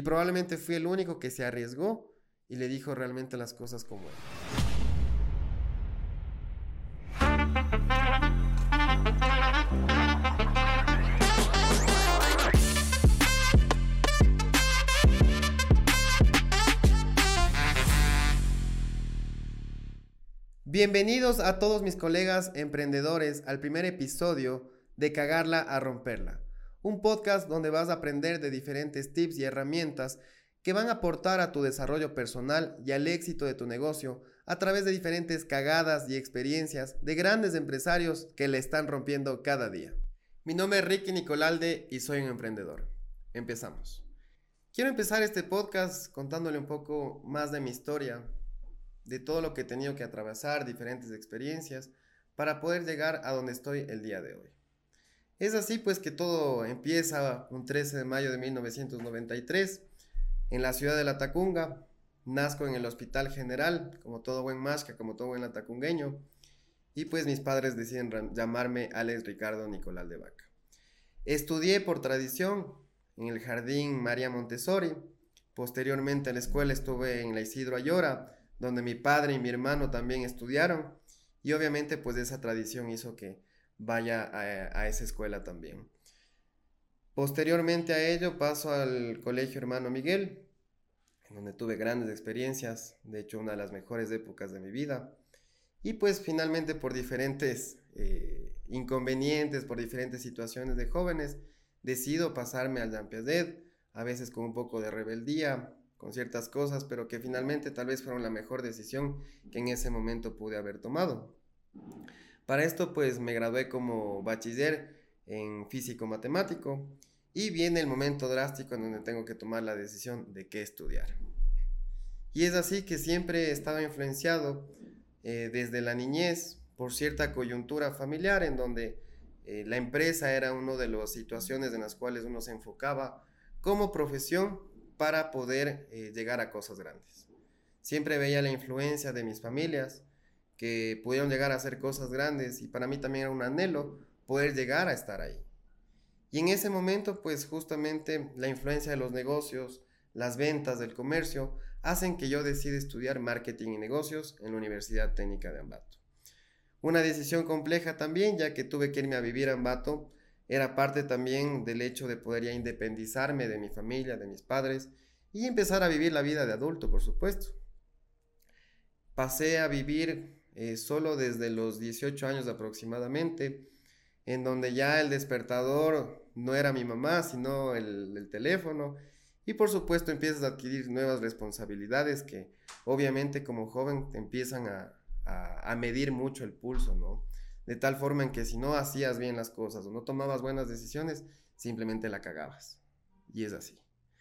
probablemente fui el único que se arriesgó y le dijo realmente las cosas como eran. Bienvenidos a todos mis colegas emprendedores al primer episodio de Cagarla a Romperla, un podcast donde vas a aprender de diferentes tips y herramientas que van a aportar a tu desarrollo personal y al éxito de tu negocio a través de diferentes cagadas y experiencias de grandes empresarios que le están rompiendo cada día. Mi nombre es Ricky Nicolalde y soy un emprendedor. Empezamos. Quiero empezar este podcast contándole un poco más de mi historia, de todo lo que he tenido que atravesar, diferentes experiencias, para poder llegar a donde estoy el día de hoy. Es así pues que todo empieza un 13 de mayo de 1993, en la ciudad de Latacunga. Nazco en el Hospital General, como todo buen masca, como todo buen latacungueño, y pues mis padres deciden llamarme Alex Ricardo Nicolalde Vaca. Estudié por tradición en el Jardín María Montessori, posteriormente en la escuela estuve en la Isidro Ayora, donde mi padre y mi hermano también estudiaron, y obviamente pues esa tradición hizo que vaya a esa escuela también. Posteriormente a ello paso al Colegio Hermano Miguel, en donde tuve grandes experiencias, de hecho una de las mejores épocas de mi vida, y pues finalmente por diferentes inconvenientes, por diferentes situaciones de jóvenes, decido pasarme al Jean Piaget, a veces con un poco de rebeldía, con ciertas cosas, pero que finalmente tal vez fueron la mejor decisión que en ese momento pude haber tomado. Para esto pues me gradué como bachiller en físico matemático y viene el momento drástico en donde tengo que tomar la decisión de qué estudiar. Y es así que siempre he estado influenciado desde la niñez por cierta coyuntura familiar en donde la empresa era una de las situaciones en las cuales uno se enfocaba como profesión para poder llegar a cosas grandes. Siempre veía la influencia de mis familias que pudieron llegar a hacer cosas grandes y para mí también era un anhelo poder llegar a estar ahí. Y en ese momento pues justamente la influencia de los negocios, las ventas del comercio hacen que yo decida estudiar marketing y negocios en la Universidad Técnica de Ambato. Una decisión compleja también, ya que tuve que irme a vivir a Ambato. Era parte también del hecho de poder ya independizarme de mi familia, de mis padres y empezar a vivir la vida de adulto, por supuesto. Pasé a vivir solo desde los 18 años aproximadamente, en donde ya el despertador no era mi mamá, sino el teléfono. Y por supuesto empiezas a adquirir nuevas responsabilidades que obviamente como joven te empiezan a medir mucho el pulso, ¿no? De tal forma en que si no hacías bien las cosas o no tomabas buenas decisiones, simplemente la cagabas. Y es así.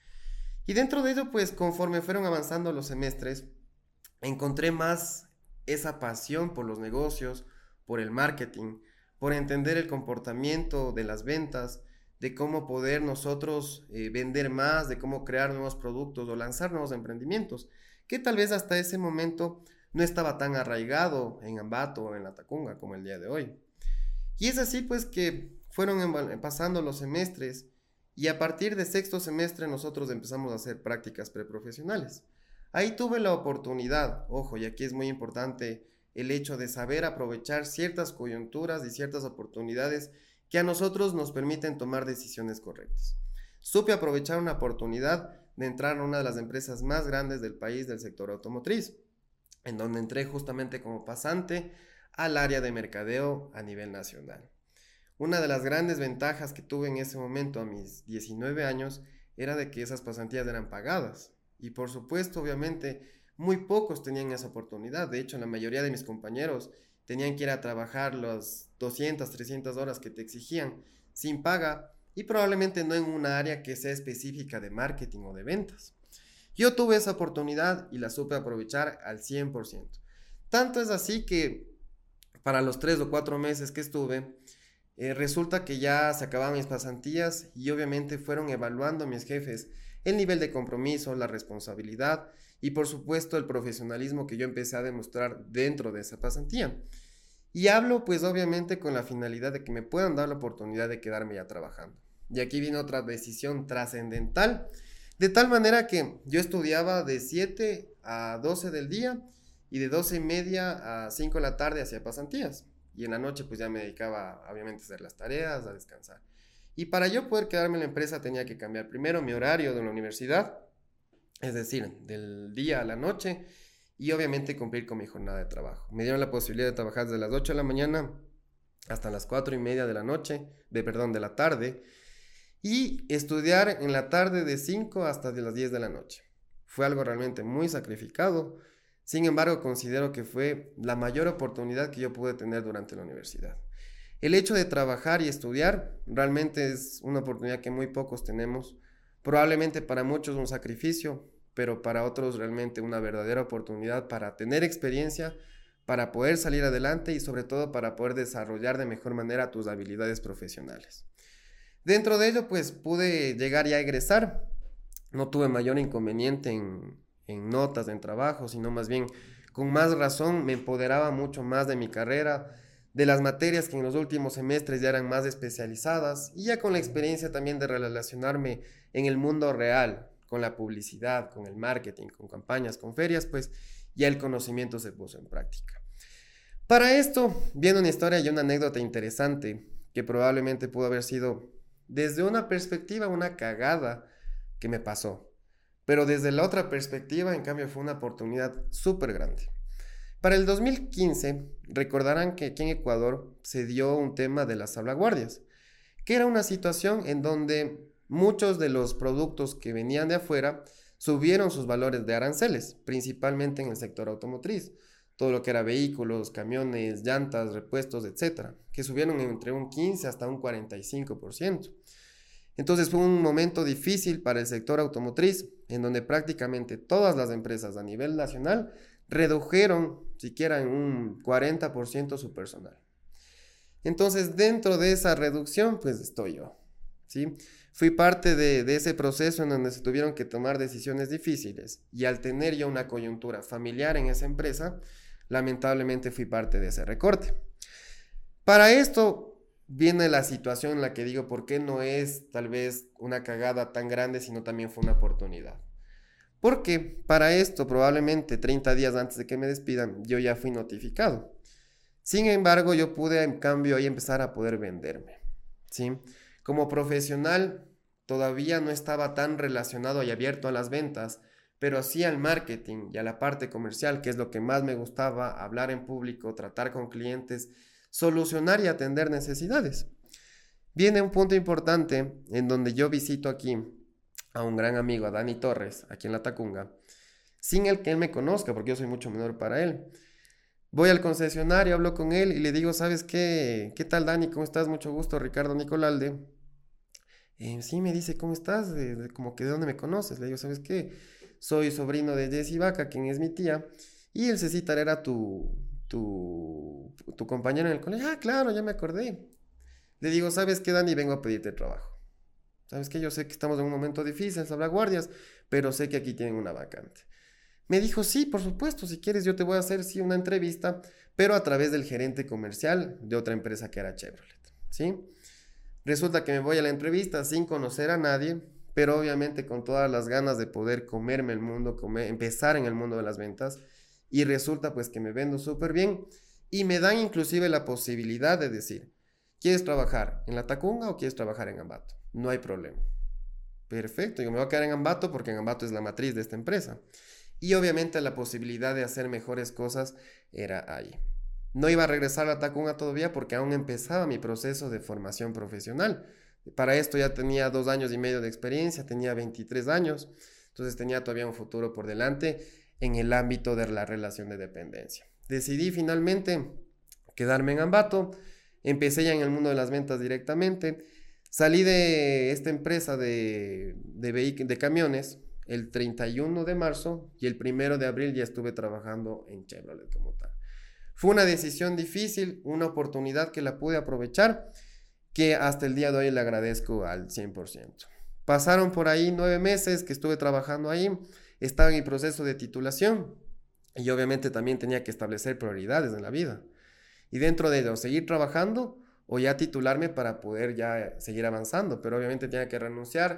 Y dentro de ello, pues conforme fueron avanzando los semestres, encontré más esa pasión por los negocios, por el marketing, por entender el comportamiento de las ventas, de cómo poder nosotros vender más, de cómo crear nuevos productos o lanzar nuevos emprendimientos, que tal vez hasta ese momento no estaba tan arraigado en Ambato o en Latacunga como el día de hoy. Y es así pues que fueron pasando los semestres y a partir de sexto semestre nosotros empezamos a hacer prácticas preprofesionales. Ahí tuve la oportunidad, ojo, y aquí es muy importante el hecho de saber aprovechar ciertas coyunturas y ciertas oportunidades que a nosotros nos permiten tomar decisiones correctas. Supe aprovechar una oportunidad de entrar a una de las empresas más grandes del país del sector automotriz, en donde entré justamente como pasante al área de mercadeo a nivel nacional. Una de las grandes ventajas que tuve en ese momento a mis 19 años era de que esas pasantías eran pagadas y por supuesto obviamente muy pocos tenían esa oportunidad. De hecho la mayoría de mis compañeros tenían que ir a trabajar las 200, 300 horas que te exigían sin paga y probablemente no en una área que sea específica de marketing o de ventas. Yo tuve esa oportunidad y la supe aprovechar al 100%. Tanto es así que para los 3 o 4 meses que estuve, resulta que ya se acababan mis pasantías y obviamente fueron evaluando mis jefes el nivel de compromiso, la responsabilidad y por supuesto el profesionalismo que yo empecé a demostrar dentro de esa pasantía. Y hablo pues obviamente con la finalidad de que me puedan dar la oportunidad de quedarme ya trabajando. Y aquí viene otra decisión trascendental De tal manera que yo estudiaba de 7 a 12 del día y de 12 y media a 5 de la tarde hacía pasantías. Y en la noche pues ya me dedicaba obviamente a hacer las tareas, a descansar. Y para yo poder quedarme en la empresa tenía que cambiar primero mi horario de la universidad, es decir, del día a la noche, y obviamente cumplir con mi jornada de trabajo. Me dieron la posibilidad de trabajar desde las 8 de la mañana hasta las 4 y media de la noche, de la tarde, y estudiar en la tarde de 5 hasta de las 10 de la noche. Fue algo realmente muy sacrificado, sin embargo considero que fue la mayor oportunidad que yo pude tener durante la universidad. El hecho de trabajar y estudiar realmente es una oportunidad que muy pocos tenemos, probablemente para muchos un sacrificio, pero para otros realmente una verdadera oportunidad para tener experiencia, para poder salir adelante y sobre todo para poder desarrollar de mejor manera tus habilidades profesionales. Dentro de ello, pues pude llegar ya a egresar. No tuve mayor inconveniente en notas, en trabajo, sino más bien con más razón me empoderaba mucho más de mi carrera, de las materias que en los últimos semestres ya eran más especializadas y ya con la experiencia también de relacionarme en el mundo real, con la publicidad, con el marketing, con campañas, con ferias, pues ya el conocimiento se puso en práctica. Para esto, viene una historia y una anécdota interesante que probablemente pudo haber sido desde una perspectiva una cagada que me pasó, pero desde la otra perspectiva, en cambio, fue una oportunidad súper grande. Para el 2015, recordarán que aquí en Ecuador se dio un tema de las salvaguardias, que era una situación en donde muchos de los productos que venían de afuera subieron sus valores de aranceles, principalmente en el sector automotriz, todo lo que era vehículos, camiones, llantas, repuestos, etcétera, que subieron entre un 15 hasta un 45%. Entonces fue un momento difícil para el sector automotriz, en donde prácticamente todas las empresas a nivel nacional redujeron siquiera en un 40% su personal. Entonces, dentro de esa reducción, pues estoy yo, ¿sí? Fui parte de ese proceso en donde se tuvieron que tomar decisiones difíciles y al tener yo una coyuntura familiar en esa empresa, lamentablemente fui parte de ese recorte. Para esto viene la situación en la que digo, ¿por qué no es tal vez una cagada tan grande, sino también fue una oportunidad? Porque para esto, probablemente 30 días antes de que me despidan, yo ya fui notificado. Sin embargo, yo pude en cambio ahí empezar a poder venderme, ¿sí? Como profesional, todavía no estaba tan relacionado y abierto a las ventas, pero sí al marketing y a la parte comercial, que es lo que más me gustaba, hablar en público, tratar con clientes, solucionar y atender necesidades. Viene un punto importante en donde yo visito aquí a un gran amigo, a Dani Torres, aquí en La Tacunga, sin el que él me conozca, porque yo soy mucho menor para él. Voy al concesionario, hablo con él y le digo, ¿sabes qué? ¿Qué tal, Dani? ¿Cómo estás? Mucho gusto, Ricardo Nicolalde. Sí, me dice, ¿cómo estás? Como que de dónde me conoces. Le digo, ¿sabes qué? Soy sobrino de Jessie Vaca, quien es mi tía, y el Cecitar era tu compañero en el colegio. Ah, claro, ya me acordé. Le digo, ¿sabes qué, Dani? Vengo a pedirte trabajo. ¿Sabes qué? Yo sé que estamos en un momento difícil, salvaguardias, pero sé que aquí tienen una vacante. Me dijo, sí, por supuesto, si quieres yo te voy a hacer, sí, una entrevista, pero a través del gerente comercial de otra empresa que era Chevrolet, ¿sí? Resulta que me voy a la entrevista sin conocer a nadie, pero obviamente con todas las ganas de poder comerme el mundo, empezar en el mundo de las ventas, y resulta pues que me vendo súper bien, y me dan inclusive la posibilidad de decir, ¿quieres trabajar en La Tacunga o quieres trabajar en Ambato? No hay problema. Perfecto, yo me voy a quedar en Ambato porque en Ambato es la matriz de esta empresa. Y obviamente la posibilidad de hacer mejores cosas era ahí. No iba a regresar a Tacunga todavía porque aún empezaba mi proceso de formación profesional. Para esto ya tenía 2 años y medio de experiencia, tenía 23 años, entonces tenía todavía un futuro por delante en el ámbito de la relación de dependencia. Decidí finalmente quedarme en Ambato, empecé ya en el mundo de las ventas directamente, salí de esta empresa de camiones el 31 de marzo y el 1 de abril ya estuve trabajando en Chevrolet como tal. Fue una decisión difícil, una oportunidad que la pude aprovechar, que hasta el día de hoy le agradezco al 100%. Pasaron por ahí 9 meses que estuve trabajando ahí, estaba en mi proceso de titulación y obviamente también tenía que establecer prioridades en la vida. Y dentro de ello, seguir trabajando o ya titularme para poder ya seguir avanzando, pero obviamente tenía que renunciar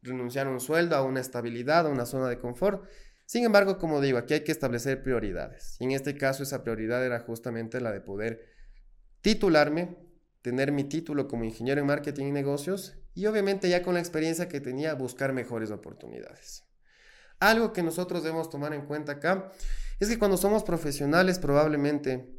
renunciar a un sueldo, a una estabilidad, a una zona de confort. Sin embargo, como digo, aquí hay que establecer prioridades. Y en este caso, esa prioridad era justamente la de poder titularme, tener mi título como ingeniero en marketing y negocios y obviamente ya con la experiencia que tenía, buscar mejores oportunidades. Algo que nosotros debemos tomar en cuenta acá es que cuando somos profesionales probablemente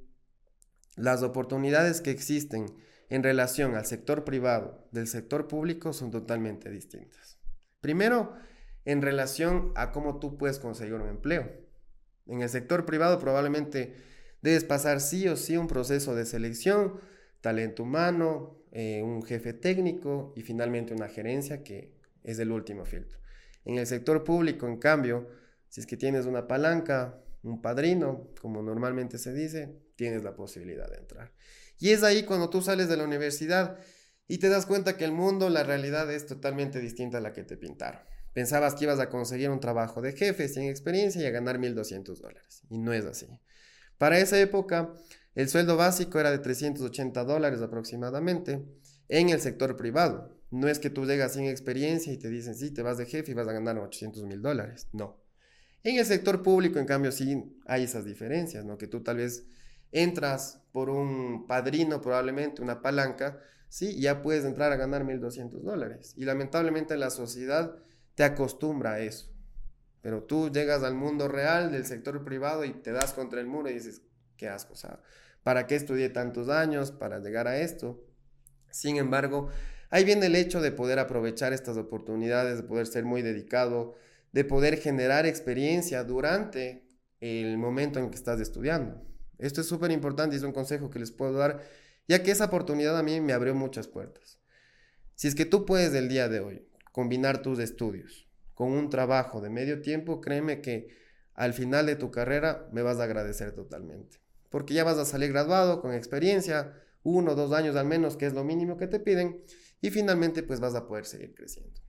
las oportunidades que existen en relación al sector privado del sector público son totalmente distintas. Primero, en relación a cómo tú puedes conseguir un empleo. En el sector privado probablemente debes pasar sí o sí un proceso de selección, talento humano, un jefe técnico y finalmente una gerencia que es el último filtro. En el sector público, en cambio, si es que tienes una palanca, un padrino, como normalmente se dice, tienes la posibilidad de entrar. Y es ahí cuando tú sales de la universidad y te das cuenta que el mundo, la realidad es totalmente distinta a la que te pintaron. Pensabas que ibas a conseguir un trabajo de jefe sin experiencia y a ganar $1,200. Y no es así. Para esa época, el sueldo básico era de $380 aproximadamente en el sector privado. No es que tú llegas sin experiencia y te dicen, sí, te vas de jefe y vas a ganar $800,000. No. En el sector público, en cambio, sí hay esas diferencias, ¿no? Que tú tal vez entras por un padrino, probablemente una palanca, sí, y ya puedes entrar a ganar $1,200. Y lamentablemente la sociedad te acostumbra a eso. Pero tú llegas al mundo real del sector privado y te das contra el muro y dices, qué asco, o sea, ¿para qué estudié tantos años para llegar a esto? Sin embargo, ahí viene el hecho de poder aprovechar estas oportunidades, de poder ser muy dedicado, de poder generar experiencia durante el momento en que estás estudiando. Esto es súper importante y es un consejo que les puedo dar, ya que esa oportunidad a mí me abrió muchas puertas. Si es que tú puedes el día de hoy combinar tus estudios con un trabajo de medio tiempo, créeme que al final de tu carrera me vas a agradecer totalmente. Porque ya vas a salir graduado con experiencia, 1 o 2 años al menos, que es lo mínimo que te piden, y finalmente pues vas a poder seguir creciendo.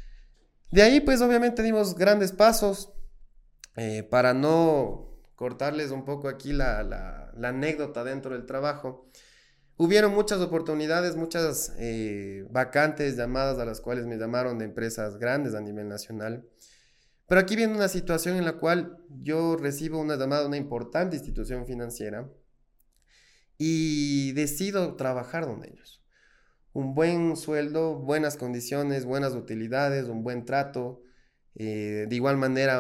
De ahí pues obviamente dimos grandes pasos para no cortarles un poco aquí la anécdota dentro del trabajo. Hubieron muchas oportunidades, muchas vacantes, llamadas a las cuales me llamaron de empresas grandes a nivel nacional. Pero aquí viene una situación en la cual yo recibo una llamada de una importante institución financiera y decido trabajar donde ellos. Un buen sueldo, buenas condiciones, buenas utilidades, un buen trato. De igual manera,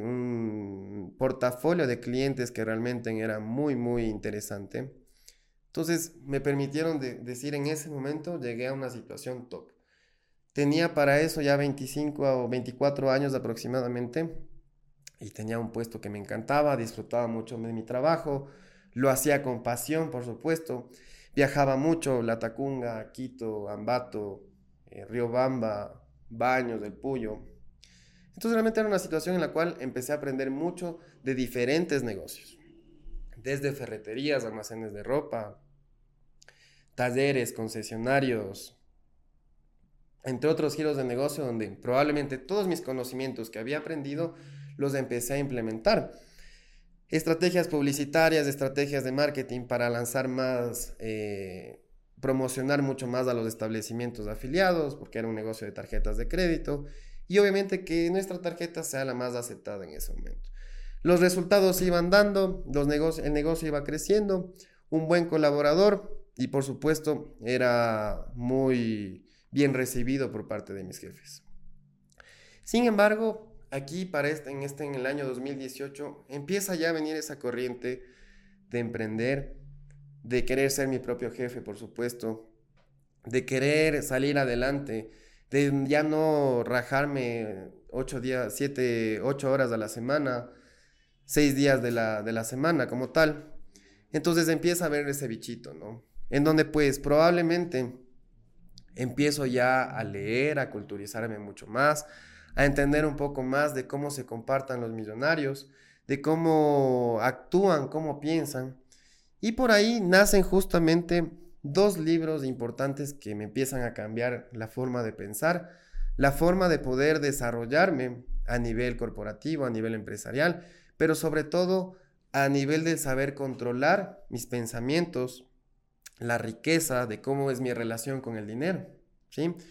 un portafolio de clientes que realmente era muy, muy interesante. Entonces me permitieron decir en ese momento, llegué a una situación top. Tenía para eso ya 25 o 24 años aproximadamente y tenía un puesto que me encantaba, disfrutaba mucho de mi trabajo, lo hacía con pasión, por supuesto. Viajaba mucho, Latacunga, Quito, Ambato, Riobamba, Baños del Puyo. Entonces realmente era una situación en la cual empecé a aprender mucho de diferentes negocios, desde ferreterías, almacenes de ropa, talleres, concesionarios, entre otros giros de negocio donde probablemente todos mis conocimientos que había aprendido los empecé a implementar. Estrategias publicitarias, estrategias de marketing para lanzar más, promocionar mucho más a los establecimientos afiliados, porque era un negocio de tarjetas de crédito, y obviamente que nuestra tarjeta sea la más aceptada en ese momento. Los resultados se iban dando, el negocio iba creciendo, un buen colaborador y por supuesto era muy bien recibido por parte de mis jefes. Sin embargo, aquí en el año 2018 empieza ya a venir esa corriente de emprender, de querer ser mi propio jefe, por supuesto, de querer salir adelante, de ya no rajarme 8 horas a la semana, 6 días de la semana como tal. Entonces empieza a ver ese bichito, ¿no? En donde pues probablemente empiezo ya a leer, a culturizarme mucho más, a entender un poco más de cómo se comportan los millonarios, de cómo actúan, cómo piensan. Y por ahí nacen justamente 2 libros importantes que me empiezan a cambiar la forma de pensar, la forma de poder desarrollarme a nivel corporativo, a nivel empresarial, pero sobre todo a nivel de saber controlar mis pensamientos, la riqueza, de cómo es mi relación con el dinero, ¿sí?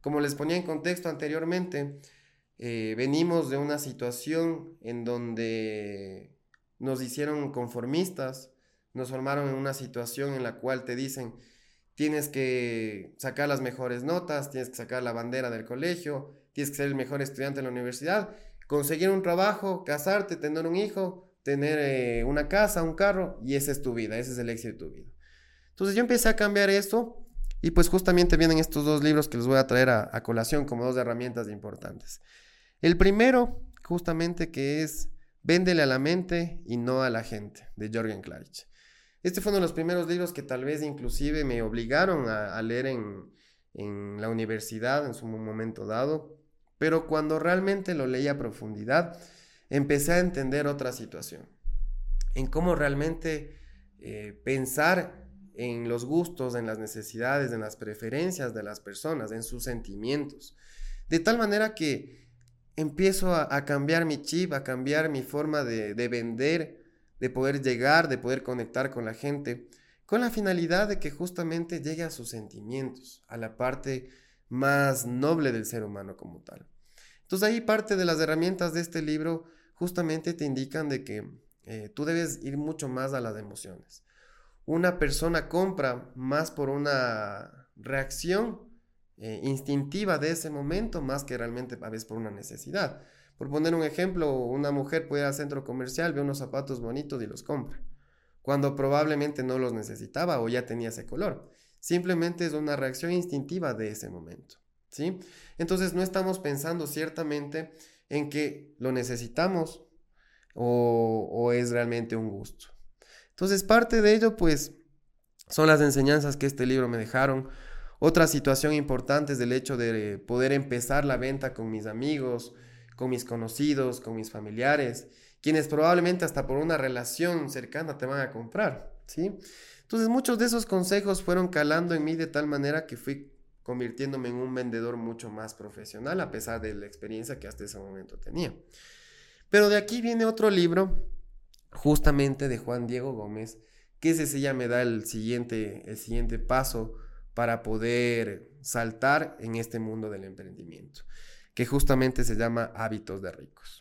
Como les ponía en contexto anteriormente, venimos de una situación en donde nos hicieron conformistas, nos formaron en una situación en la cual te dicen, tienes que sacar las mejores notas, tienes que sacar la bandera del colegio, tienes que ser el mejor estudiante en la universidad, conseguir un trabajo, casarte, tener un hijo, tener una casa, un carro, y esa es tu vida, ese es el éxito de tu vida. Entonces yo empecé a cambiar esto y pues justamente vienen estos dos libros que les voy a traer a colación como dos herramientas importantes. El primero, justamente, que es Véndele a la mente y no a la gente, de Jürgen Klarich. Este fue uno de los primeros libros que tal vez inclusive me obligaron a leer en la universidad en su momento dado, pero cuando realmente lo leí a profundidad, empecé a entender otra situación, en cómo realmente pensar en los gustos, en las necesidades, en las preferencias de las personas, en sus sentimientos, de tal manera que empiezo a cambiar mi chip, a cambiar mi forma de vender, de poder llegar, de poder conectar con la gente, con la finalidad de que justamente llegue a sus sentimientos, a la parte más noble del ser humano como tal. Entonces ahí parte de las herramientas de este libro justamente te indican de que tú debes ir mucho más a las emociones. Una persona compra más por una reacción instintiva de ese momento más que realmente a veces por una necesidad. Por poner un ejemplo, una mujer puede ir al centro comercial, ve unos zapatos bonitos y los compra, cuando probablemente no los necesitaba o ya tenía ese color. Simplemente es una reacción instintiva de ese momento, ¿sí? Entonces no estamos pensando ciertamente en que lo necesitamos o es realmente un gusto. Entonces parte de ello pues son las enseñanzas que este libro me dejaron. Otra situación importante es el hecho de poder empezar la venta con mis amigos, con mis conocidos, con mis familiares, quienes probablemente hasta por una relación cercana te van a comprar, ¿sí? Entonces muchos de esos consejos fueron calando en mí de tal manera que fui convirtiéndome en un vendedor mucho más profesional a pesar de la experiencia que hasta ese momento tenía. Pero de aquí viene otro libro, justamente de Juan Diego Gómez, que ese ya me da el siguiente paso para poder saltar en este mundo del emprendimiento, que justamente se llama Hábitos de Ricos.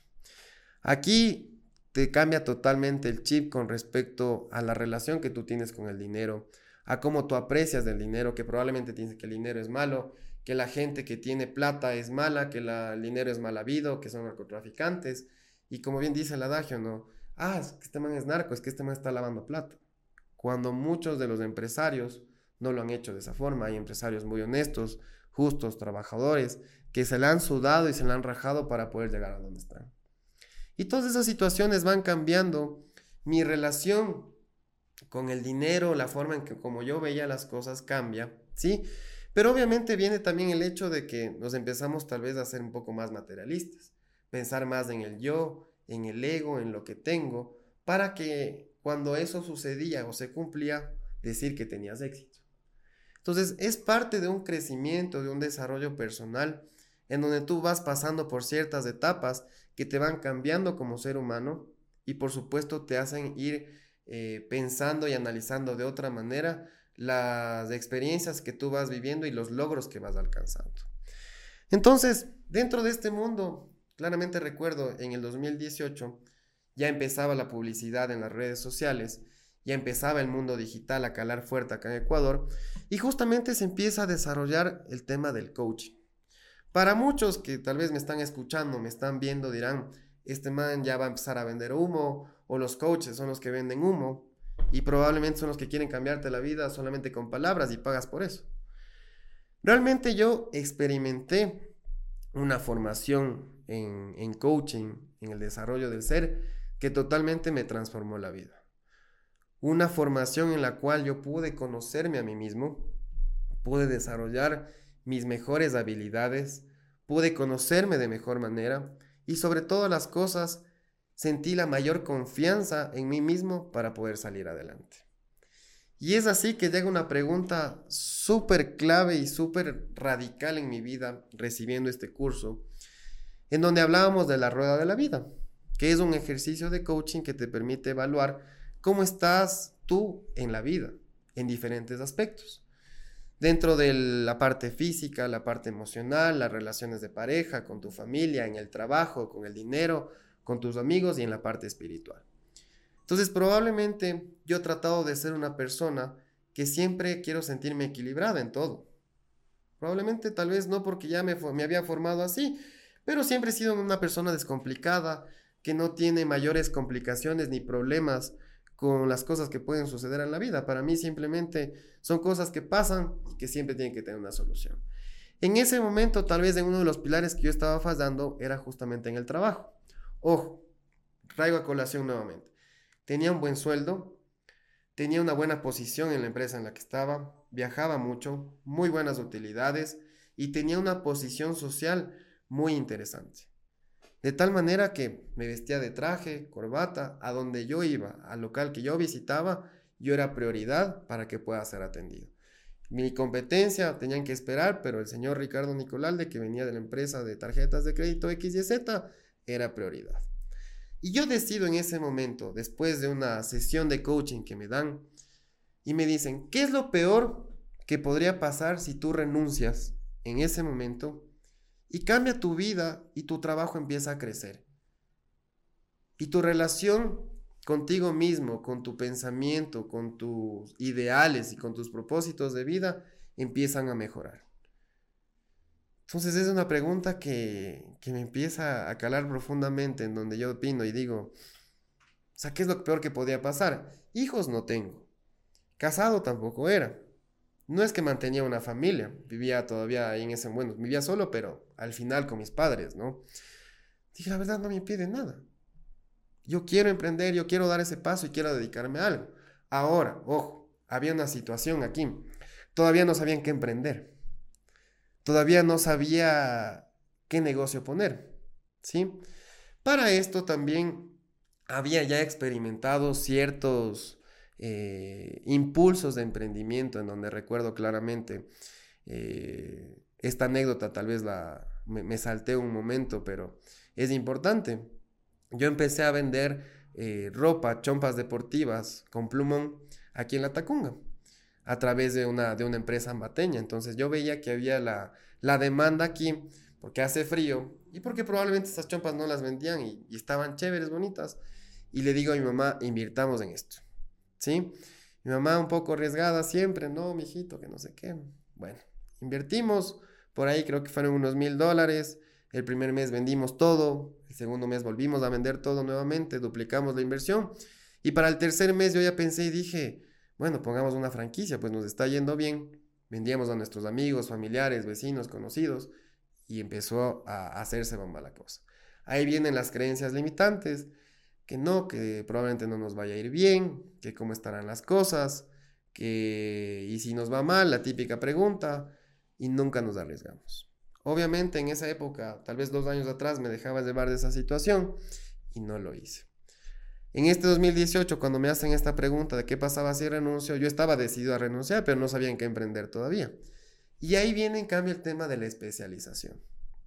Aquí te cambia totalmente el chip con respecto a la relación que tú tienes con el dinero, a cómo tú aprecias del dinero, que probablemente tienes que el dinero es malo, que la gente que tiene plata es mala, que el dinero es mal habido, que son narcotraficantes, y como bien dice el adagio, ¿no? Es que este man es narco, es que este man está lavando plata. Cuando muchos de los empresarios no lo han hecho de esa forma. Hay empresarios muy honestos, justos, trabajadores, que se la han sudado y se la han rajado para poder llegar a donde están. Y todas esas situaciones van cambiando mi relación con el dinero, la forma en que como yo veía las cosas cambia, ¿sí? Pero obviamente viene también el hecho de que nos empezamos tal vez a ser un poco más materialistas, pensar más en el yo, en el ego, en lo que tengo, para que cuando eso sucedía o se cumplía, decir que tenías éxito. Entonces es parte de un crecimiento, de un desarrollo personal, en donde tú vas pasando por ciertas etapas que te van cambiando como ser humano y por supuesto te hacen ir pensando y analizando de otra manera las experiencias que tú vas viviendo y los logros que vas alcanzando. Entonces, dentro de este mundo, claramente recuerdo en el 2018 ya empezaba la publicidad en las redes sociales, ya empezaba el mundo digital a calar fuerte acá en Ecuador y justamente se empieza a desarrollar el tema del coaching. Para muchos que tal vez me están escuchando, me están viendo, dirán, este man ya va a empezar a vender humo, o los coaches son los que venden humo, y probablemente son los que quieren cambiarte la vida solamente con palabras y pagas por eso. Realmente yo experimenté una formación en coaching, en el desarrollo del ser, que totalmente me transformó la vida. Una formación en la cual yo pude conocerme a mí mismo, pude desarrollar mis mejores habilidades, pude conocerme de mejor manera y sobre todas las cosas sentí la mayor confianza en mí mismo para poder salir adelante. Y es así que llega una pregunta súper clave y súper radical en mi vida recibiendo este curso, en donde hablábamos de la rueda de la vida, que es un ejercicio de coaching que te permite evaluar cómo estás tú en la vida, en diferentes aspectos. dentro de la parte física, la parte emocional, las relaciones de pareja, con tu familia, en el trabajo, con el dinero, con tus amigos y en la parte espiritual. Entonces, probablemente yo he tratado de ser una persona que siempre quiero sentirme equilibrada en todo. Probablemente, tal vez no porque ya me había formado así, pero siempre he sido una persona descomplicada, que no tiene mayores complicaciones ni problemas con las cosas que pueden suceder en la vida. Para mí simplemente son cosas que pasan y que siempre tienen que tener una solución. En ese momento, tal vez en uno de los pilares que yo estaba fallando era justamente en el trabajo. Ojo, traigo a colación nuevamente. Tenía un buen sueldo, tenía una buena posición en la empresa en la que estaba, viajaba mucho, muy buenas utilidades y tenía una posición social muy interesante. De tal manera que me vestía de traje, corbata, a donde yo iba, al local que yo visitaba, yo era prioridad para que pueda ser atendido. Mi competencia tenían que esperar, pero el señor Ricardo Nicolalde, que venía de la empresa de tarjetas de crédito XYZ, era prioridad. Y yo decido en ese momento, después de una sesión de coaching que me dan, y me dicen, ¿qué es lo peor que podría pasar si tú renuncias en ese momento y cambia tu vida y tu trabajo empieza a crecer? Y tu relación contigo mismo, con tu pensamiento, con tus ideales y con tus propósitos de vida empiezan a mejorar. Entonces es una pregunta que me empieza a calar profundamente, en donde yo opino y digo, o sea, ¿qué es lo peor que podía pasar? Hijos no tengo, casado tampoco era, no es que mantenía una familia, vivía todavía ahí en ese, bueno, vivía solo, pero al final con mis padres, ¿no? Dije, la verdad no me impide nada. Yo quiero emprender, yo quiero dar ese paso y quiero dedicarme a algo. Ahora, ojo, había una situación aquí, todavía no sabían qué emprender. Todavía no sabía qué negocio poner, ¿sí? Para esto también había ya experimentado ciertos impulsos de emprendimiento, en donde recuerdo claramente esta anécdota, tal vez me salté un momento, pero es importante. Yo empecé a vender ropa, chompas deportivas con plumón aquí en La Tacunga, a través de una empresa ambateña. Entonces yo veía que había la demanda aquí, porque hace frío, y porque probablemente estas chompas no las vendían y estaban chéveres, bonitas. Y le digo a mi mamá, invirtamos en esto, ¿sí? Mi mamá un poco arriesgada siempre, no, mijito, que no sé qué. Bueno, invertimos, por ahí creo que fueron unos $1,000. El primer mes vendimos todo, el segundo mes volvimos a vender todo nuevamente, duplicamos la inversión. Y para el tercer mes yo ya pensé y dije, bueno, pongamos una franquicia, pues nos está yendo bien. Vendíamos a nuestros amigos, familiares, vecinos, conocidos, y empezó a hacerse bomba la cosa. Ahí vienen las creencias limitantes, que no, que probablemente no nos vaya a ir bien, que cómo estarán las cosas, que y si nos va mal, la típica pregunta, y nunca nos arriesgamos. Obviamente en esa época, tal vez 2 años atrás, me dejaba llevar de esa situación y no lo hice. En este 2018, cuando me hacen esta pregunta de qué pasaba si renuncio, yo estaba decidido a renunciar, pero no sabía en qué emprender todavía. Y ahí viene en cambio el tema de la especialización.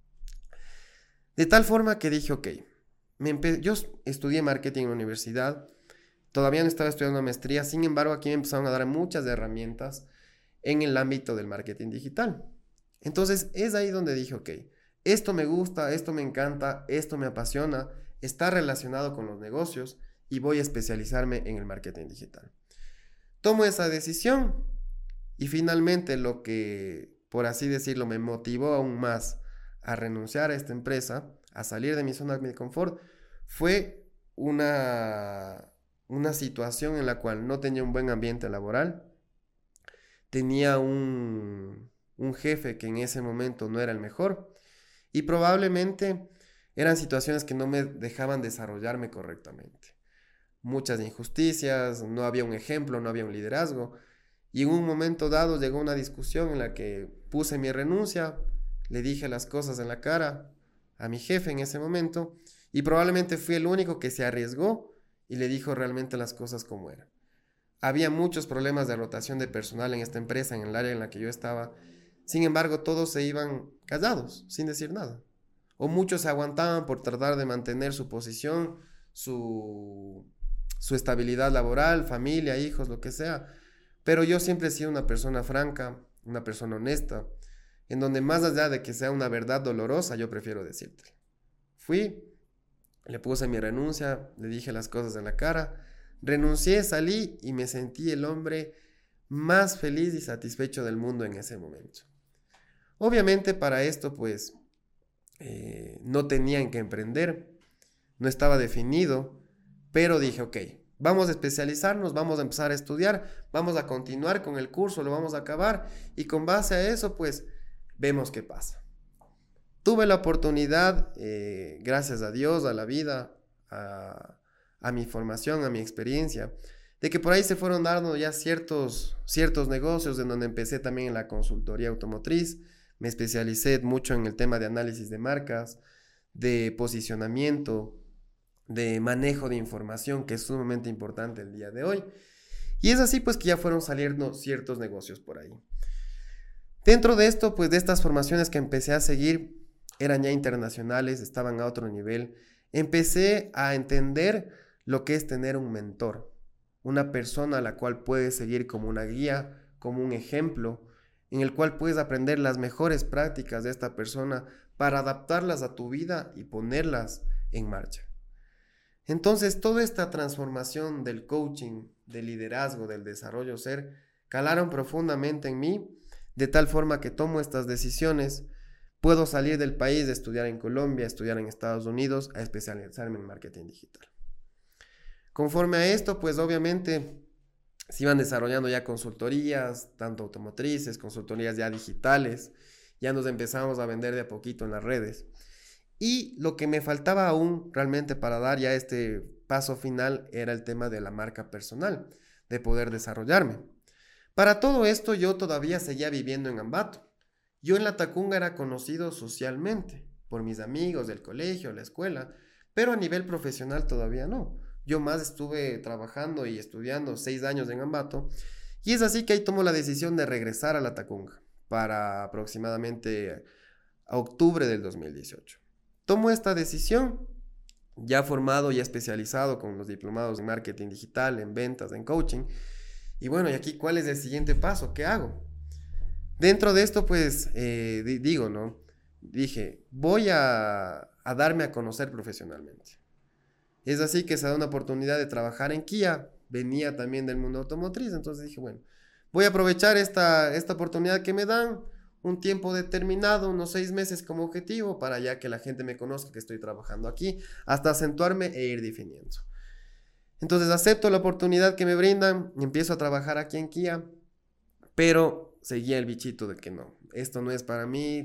De tal forma que dije, ok, yo estudié marketing en la universidad, todavía no estaba estudiando una maestría, sin embargo aquí me empezaron a dar muchas herramientas en el ámbito del marketing digital. Entonces es ahí donde dije, ok, esto me gusta, esto me encanta, esto me apasiona, está relacionado con los negocios y voy a especializarme en el marketing digital. Tomo esa decisión y finalmente lo que, por así decirlo, me motivó aún más a renunciar a esta empresa, a salir de mi zona de confort, fue una situación en la cual no tenía un buen ambiente laboral, tenía un jefe que en ese momento no era el mejor y probablemente eran situaciones que no me dejaban desarrollarme correctamente. Muchas injusticias, no había un ejemplo, no había un liderazgo. Y en un momento dado llegó una discusión en la que puse mi renuncia, le dije las cosas en la cara a mi jefe en ese momento y probablemente fui el único que se arriesgó y le dijo realmente las cosas como eran. Había muchos problemas de rotación de personal en esta empresa, en el área en la que yo estaba. Sin embargo, todos se iban callados, sin decir nada. O muchos se aguantaban por tratar de mantener su posición, su estabilidad laboral, familia, hijos, lo que sea. Pero yo siempre he sido una persona franca, una persona honesta, en donde más allá de que sea una verdad dolorosa, yo prefiero decírtelo. Fui, le puse mi renuncia, le dije las cosas en la cara, renuncié, salí y me sentí el hombre más feliz y satisfecho del mundo en ese momento. Obviamente para esto pues no tenían que emprender, no estaba definido, pero dije, ok, vamos a especializarnos, vamos a empezar a estudiar, vamos a continuar con el curso, lo vamos a acabar y con base a eso pues vemos qué pasa. Tuve la oportunidad, gracias a Dios, a la vida, a mi formación, a mi experiencia, de que por ahí se fueron dando ya ciertos negocios en donde empecé también en la consultoría automotriz. Me especialicé mucho en el tema de análisis de marcas, de posicionamiento, de manejo de información, que es sumamente importante el día de hoy. Y es así pues que ya fueron saliendo ciertos negocios por ahí. Dentro de esto, pues de estas formaciones que empecé a seguir, eran ya internacionales, estaban a otro nivel. Empecé a entender lo que es tener un mentor, una persona a la cual puedes seguir como una guía, como un ejemplo, en el cual puedes aprender las mejores prácticas de esta persona para adaptarlas a tu vida y ponerlas en marcha. Entonces, toda esta transformación del coaching, del liderazgo, del desarrollo ser, calaron profundamente en mí, de tal forma que tomo estas decisiones. Puedo salir del país, de estudiar en Colombia, estudiar en Estados Unidos, a especializarme en marketing digital. Conforme a esto, pues obviamente se iban desarrollando ya consultorías, tanto automotrices, consultorías ya digitales, ya nos empezamos a vender de a poquito en las redes. Y lo que me faltaba aún realmente para dar ya este paso final era el tema de la marca personal, de poder desarrollarme. Para todo esto yo todavía seguía viviendo en Ambato. Yo en La Tacunga era conocido socialmente, por mis amigos del colegio, la escuela, pero a nivel profesional todavía no. Yo más estuve trabajando y estudiando 6 años en Ambato, y es así que ahí tomo la decisión de regresar a La Tacunga para aproximadamente octubre del 2018. Tomo esta decisión, ya formado, ya especializado con los diplomados en marketing digital, en ventas, en coaching, y bueno, y aquí, ¿cuál es el siguiente paso? ¿Qué hago? Dentro de esto, pues, digo, ¿no? Dije, voy a darme a conocer profesionalmente. Es así que se da una oportunidad de trabajar en Kia. Venía también del mundo automotriz, entonces dije, bueno, voy a aprovechar esta oportunidad que me dan, un tiempo determinado, unos 6 meses como objetivo, para ya que la gente me conozca que estoy trabajando aquí, hasta acentuarme e ir definiendo. Entonces acepto la oportunidad que me brindan, empiezo a trabajar aquí en Kia, pero seguía el bichito de que no, esto no es para mí,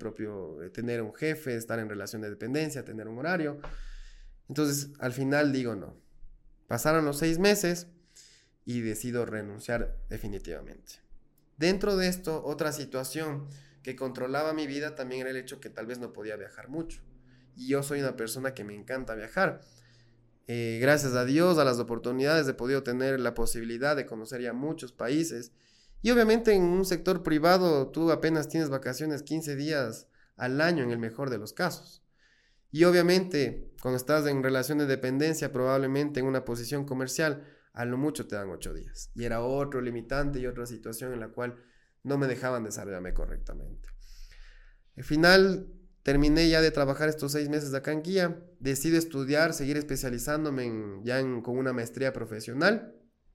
tener un jefe, estar en relación de dependencia, tener un horario. Entonces al final digo no. Pasaron los 6 meses y decido renunciar definitivamente. Dentro de esto, otra situación que controlaba mi vida también era el hecho que tal vez no podía viajar mucho. Y yo soy una persona que me encanta viajar. Gracias a Dios, a las oportunidades he podido tener la posibilidad de conocer ya muchos países. Y obviamente en un sector privado tú apenas tienes vacaciones 15 días al año en el mejor de los casos. Y obviamente cuando estás en relación de dependencia, probablemente en una posición comercial, a lo mucho te dan 8 días. Y era otro limitante y otra situación en la cual no me dejaban desarrollarme correctamente. Al final terminé ya de trabajar estos 6 meses acá en Guía, decido estudiar, seguir especializándome con una maestría profesional.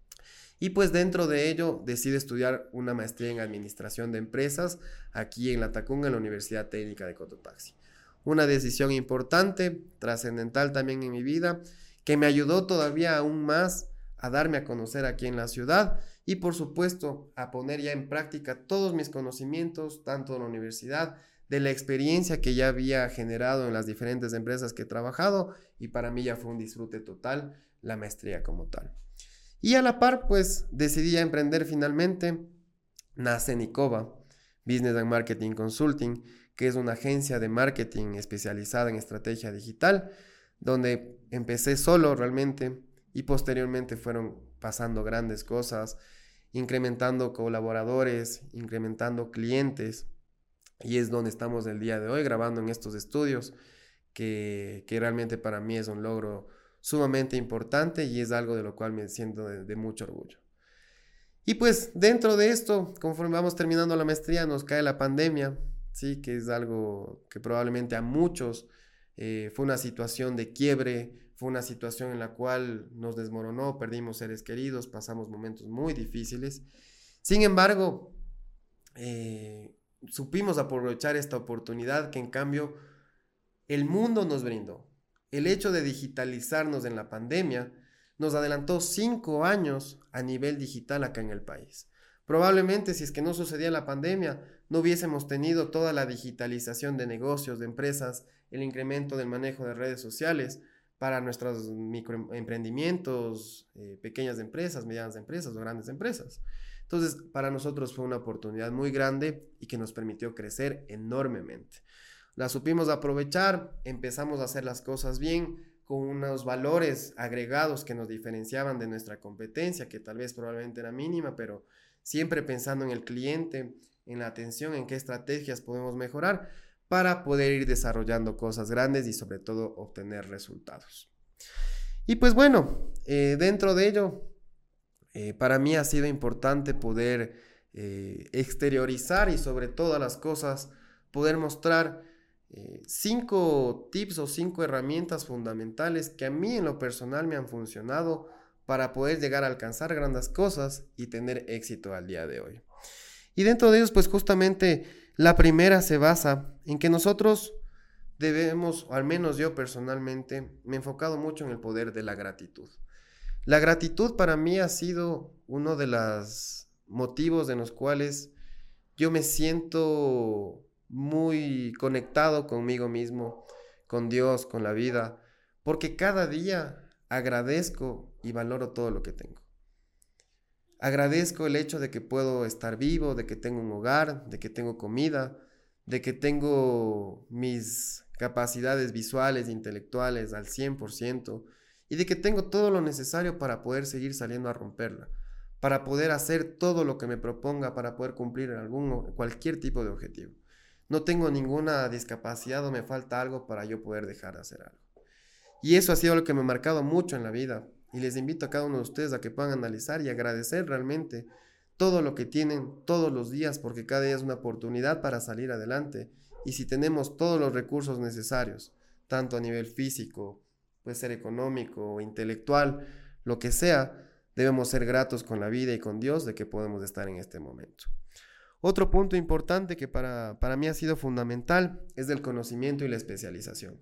Y pues dentro de ello decido estudiar una maestría en administración de empresas aquí en La Tacunga, en la Universidad Técnica de Cotopaxi. Una decisión importante, trascendental también en mi vida, que me ayudó todavía aún más a darme a conocer aquí en la ciudad y por supuesto a poner ya en práctica todos mis conocimientos, tanto de la universidad, de la experiencia que ya había generado en las diferentes empresas que he trabajado, y para mí ya fue un disfrute total la maestría como tal. Y a la par, pues decidí emprender finalmente. Nace Nicoba, Business and Marketing Consulting, que es una agencia de marketing especializada en estrategia digital, donde empecé solo realmente y posteriormente fueron pasando grandes cosas, incrementando colaboradores, incrementando clientes, y es donde estamos el día de hoy grabando en estos estudios, que realmente para mí es un logro sumamente importante y es algo de lo cual me siento de mucho orgullo. Y pues dentro de esto, conforme vamos terminando la maestría, nos cae la pandemia, sí, que es algo que probablemente a muchos fue una situación de quiebre, fue una situación en la cual nos desmoronó, perdimos seres queridos, pasamos momentos muy difíciles. Sin embargo, supimos aprovechar esta oportunidad que en cambio el mundo nos brindó. El hecho de digitalizarnos en la pandemia nos adelantó 5 años a nivel digital acá en el país. Probablemente si es que no sucedía la pandemia, no hubiésemos tenido toda la digitalización de negocios, de empresas, el incremento del manejo de redes sociales para nuestros microemprendimientos, pequeñas empresas, medianas empresas o grandes empresas. Entonces, para nosotros fue una oportunidad muy grande y que nos permitió crecer enormemente. La supimos aprovechar, empezamos a hacer las cosas bien, con unos valores agregados que nos diferenciaban de nuestra competencia, que tal vez probablemente era mínima, pero siempre pensando en el cliente, en la atención, en qué estrategias podemos mejorar para poder ir desarrollando cosas grandes y sobre todo obtener resultados. Y pues bueno, dentro de ello, para mí ha sido importante poder exteriorizar y sobre todas las cosas poder mostrar 5 tips o 5 herramientas fundamentales que a mí en lo personal me han funcionado para poder llegar a alcanzar grandes cosas y tener éxito al día de hoy. Y dentro de ellos, pues justamente la primera se basa en que nosotros debemos, o al menos yo personalmente, me he enfocado mucho en el poder de la gratitud. La gratitud para mí ha sido uno de los motivos en los cuales yo me siento muy conectado conmigo mismo, con Dios, con la vida, porque cada día agradezco y valoro todo lo que tengo. Agradezco el hecho de que puedo estar vivo, de que tengo un hogar, de que tengo comida, de que tengo mis capacidades visuales e intelectuales al 100% y de que tengo todo lo necesario para poder seguir saliendo a romperla, para poder hacer todo lo que me proponga, para poder cumplir cualquier tipo de objetivo. No tengo ninguna discapacidad o me falta algo para yo poder dejar de hacer algo. Y eso ha sido lo que me ha marcado mucho en la vida. Y les invito a cada uno de ustedes a que puedan analizar y agradecer realmente todo lo que tienen todos los días, porque cada día es una oportunidad para salir adelante. Y si tenemos todos los recursos necesarios, tanto a nivel físico, puede ser económico o intelectual, lo que sea, debemos ser gratos con la vida y con Dios de que podemos estar en este momento. Otro punto importante que para mí ha sido fundamental es el conocimiento y la especialización.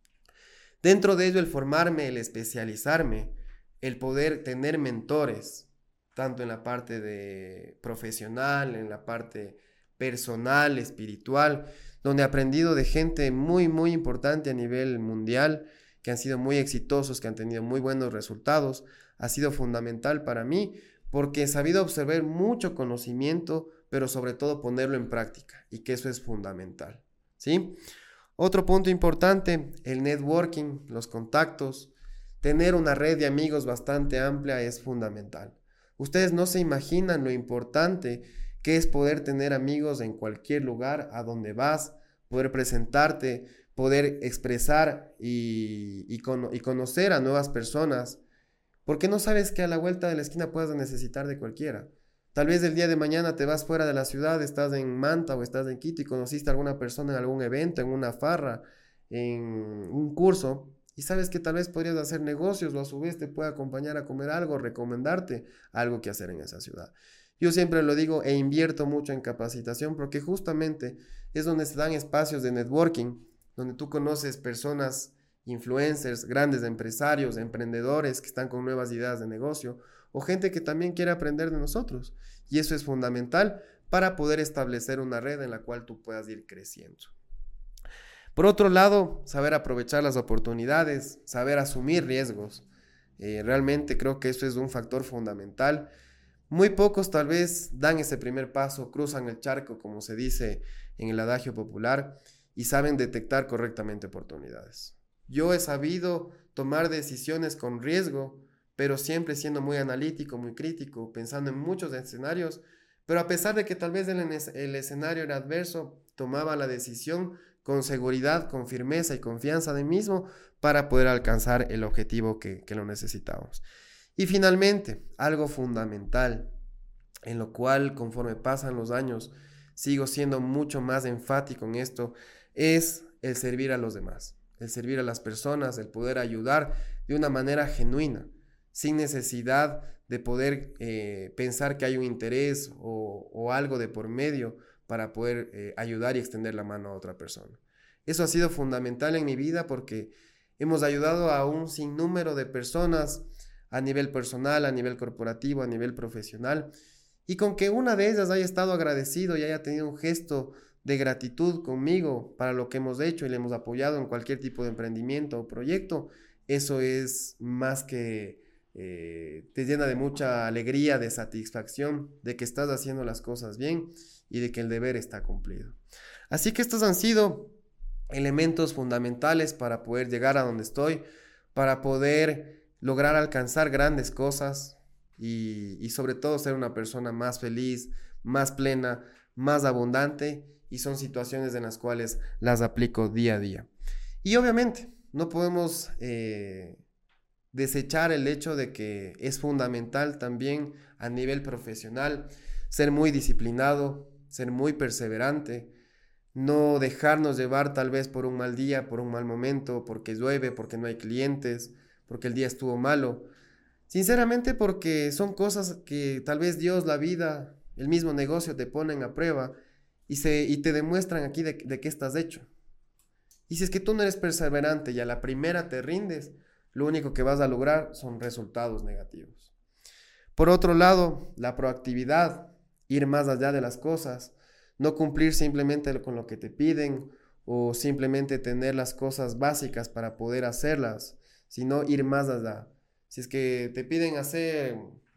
Dentro de ello, el formarme, el especializarme, el poder tener mentores, tanto en la parte de profesional, en la parte personal, espiritual, donde he aprendido de gente muy, muy importante a nivel mundial, que han sido muy exitosos, que han tenido muy buenos resultados, ha sido fundamental para mí, porque he sabido observar mucho conocimiento, pero sobre todo ponerlo en práctica, y que eso es fundamental, ¿sí? Otro punto importante, el networking, los contactos, tener una red de amigos bastante amplia es fundamental. Ustedes no se imaginan lo importante que es poder tener amigos en cualquier lugar a donde vas, poder presentarte, poder expresar y conocer a nuevas personas, porque no sabes que a la vuelta de la esquina puedas necesitar de cualquiera. Tal vez el día de mañana te vas fuera de la ciudad, estás en Manta o estás en Quito y conociste a alguna persona en algún evento, en una farra, en un curso, y sabes que tal vez podrías hacer negocios o a su vez te puede acompañar a comer algo, recomendarte algo que hacer en esa ciudad. Yo siempre lo digo e invierto mucho en capacitación porque justamente es donde se dan espacios de networking, donde tú conoces personas, influencers, grandes empresarios, emprendedores que están con nuevas ideas de negocio o gente que también quiere aprender de nosotros. Y eso es fundamental para poder establecer una red en la cual tú puedas ir creciendo. Por otro lado, saber aprovechar las oportunidades, saber asumir riesgos. Realmente creo que eso es un factor fundamental. Muy pocos tal vez dan ese primer paso, cruzan el charco, como se dice en el adagio popular, y saben detectar correctamente oportunidades. Yo he sabido tomar decisiones con riesgo, pero siempre siendo muy analítico, muy crítico, pensando en muchos escenarios, pero a pesar de que tal vez el escenario era adverso, tomaba la decisión con seguridad, con firmeza y confianza de mí mismo para poder alcanzar el objetivo que lo necesitábamos. Y finalmente, algo fundamental, en lo cual conforme pasan los años sigo siendo mucho más enfático en esto, es el servir a los demás, el servir a las personas, el poder ayudar de una manera genuina, sin necesidad de poder pensar que hay un interés o algo de por medio para poder ayudar y extender la mano a otra persona. Eso ha sido fundamental en mi vida porque hemos ayudado a un sinnúmero de personas a nivel personal, a nivel corporativo, a nivel profesional, y con que una de ellas haya estado agradecido y haya tenido un gesto de gratitud conmigo para lo que hemos hecho y le hemos apoyado en cualquier tipo de emprendimiento o proyecto, eso es más que te llena de mucha alegría, de satisfacción, de que estás haciendo las cosas bien y de que el deber está cumplido. Así que estos han sido elementos fundamentales para poder llegar a donde estoy, para poder lograr alcanzar grandes cosas y sobre todo ser una persona más feliz, más plena, más abundante, y son situaciones en las cuales las aplico día a día. Y obviamente no podemos desechar el hecho de que es fundamental también a nivel profesional ser muy disciplinado, ser muy perseverante, no dejarnos llevar tal vez por un mal día, por un mal momento, porque llueve, porque no hay clientes, porque el día estuvo malo. Sinceramente, porque son cosas que tal vez Dios, la vida, el mismo negocio te ponen a prueba y te demuestran aquí de qué estás hecho. Y si es que tú no eres perseverante y a la primera te rindes, lo único que vas a lograr son resultados negativos. Por otro lado, la proactividad, ir más allá de las cosas, no cumplir simplemente con lo que te piden o simplemente tener las cosas básicas para poder hacerlas, sino ir más allá. Si es que te piden hacer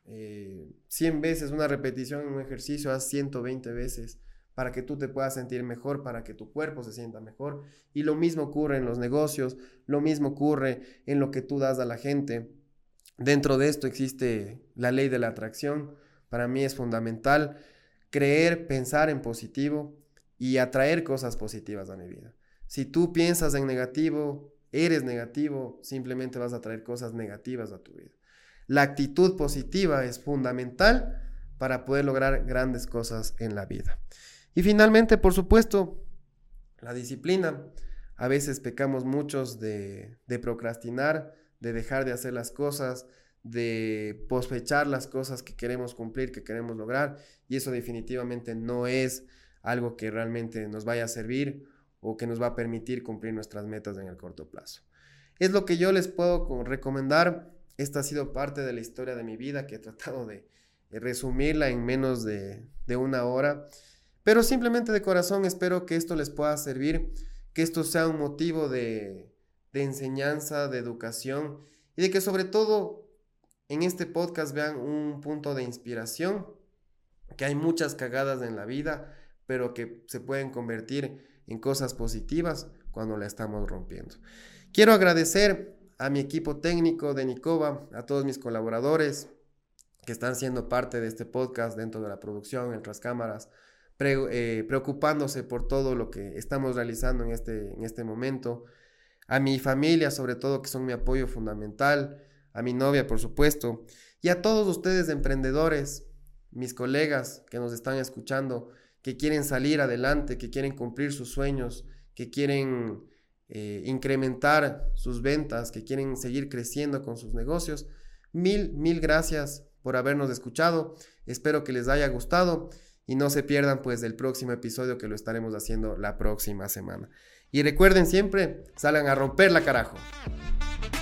100 veces una repetición en un ejercicio, haz 120 veces para que tú te puedas sentir mejor, para que tu cuerpo se sienta mejor. Y lo mismo ocurre en los negocios, lo mismo ocurre en lo que tú das a la gente. Dentro de esto existe la ley de la atracción. Para mí es fundamental creer, pensar en positivo y atraer cosas positivas a mi vida. Si tú piensas en negativo, eres negativo, simplemente vas a traer cosas negativas a tu vida. La actitud positiva es fundamental para poder lograr grandes cosas en la vida. Y finalmente, por supuesto, la disciplina. A veces pecamos muchos de procrastinar, de dejar de hacer las cosas, de pospechar las cosas que queremos cumplir, que queremos lograr, y eso definitivamente no es algo que realmente nos vaya a servir o que nos va a permitir cumplir nuestras metas en el corto plazo. Es lo que yo les puedo recomendar. Esta ha sido parte de la historia de mi vida, que he tratado de resumirla en menos de una hora, pero simplemente de corazón espero que esto les pueda servir, que esto sea un motivo de enseñanza, de educación, y de que sobre todo en este podcast vean un punto de inspiración, que hay muchas cagadas en la vida, pero que se pueden convertir en cosas positivas cuando la estamos rompiendo. Quiero agradecer a mi equipo técnico de Nicoba, a todos mis colaboradores que están siendo parte de este podcast dentro de la producción, en tras cámaras, preocupándose por todo lo que estamos realizando en este momento. A mi familia, sobre todo, que son mi apoyo fundamental, a mi novia, por supuesto, y a todos ustedes emprendedores, mis colegas que nos están escuchando, que quieren salir adelante, que quieren cumplir sus sueños, que quieren incrementar sus ventas, que quieren seguir creciendo con sus negocios. Mil gracias por habernos escuchado. Espero que les haya gustado y no se pierdan pues del próximo episodio, que lo estaremos haciendo la próxima semana. Y recuerden siempre, salgan a romperla, carajo.